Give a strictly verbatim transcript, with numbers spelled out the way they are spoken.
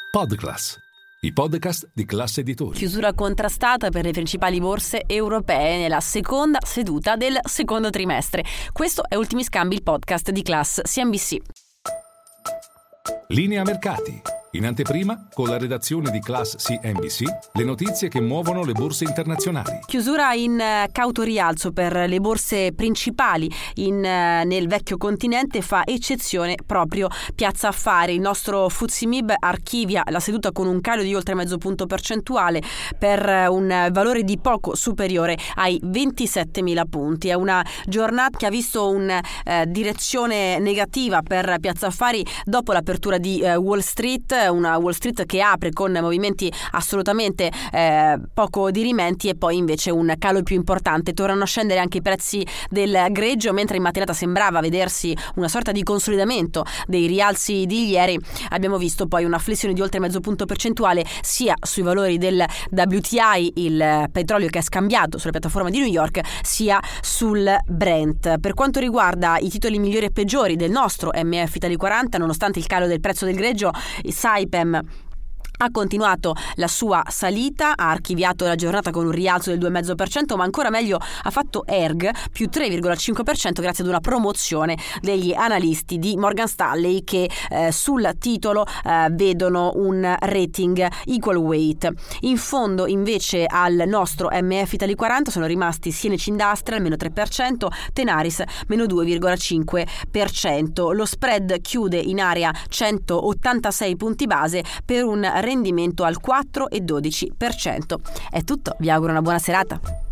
Podclass, i podcast di Class Editori. Chiusura contrastata per le principali borse europee nella seconda seduta del secondo trimestre. Questo è Ultimi Scambi, il podcast di Class C N B C. Linea mercati. In anteprima, con la redazione di Class C N B C, le notizie che muovono le borse internazionali. Chiusura in cauto rialzo per le borse principali in, nel vecchio continente, fa eccezione proprio Piazza Affari. Il nostro F T S E M I B archivia la seduta con un calo di oltre mezzo punto percentuale per un valore di poco superiore ai ventisettemila punti. È una giornata che ha visto una eh, direzione negativa per Piazza Affari dopo l'apertura di eh, Wall Street, una Wall Street che apre con movimenti assolutamente eh, poco dirimenti e poi invece un calo più importante. Tornano a scendere anche i prezzi del greggio, mentre in mattinata sembrava vedersi una sorta di consolidamento dei rialzi di ieri. Abbiamo visto poi una flessione di oltre mezzo punto percentuale sia sui valori del W T I, il petrolio che è scambiato sulla piattaforma di New York, sia sul Brent. Per quanto riguarda i titoli migliori e peggiori del nostro M F Italy quaranta, nonostante il calo del prezzo del greggio, Saipem ha continuato la sua salita, ha archiviato la giornata con un rialzo del due virgola cinque per cento, ma ancora meglio ha fatto Erg, più tre virgola cinque per cento, grazie ad una promozione degli analisti di Morgan Stanley che eh, sul titolo eh, vedono un rating equal weight. In fondo invece al nostro M F Italy quaranta sono rimasti Cienic Industrial meno tre per cento, Tenaris meno due virgola cinque per cento. Lo spread chiude in area centottantasei punti base per un rendimento al quattro virgola dodici per cento. È tutto, vi auguro una buona serata.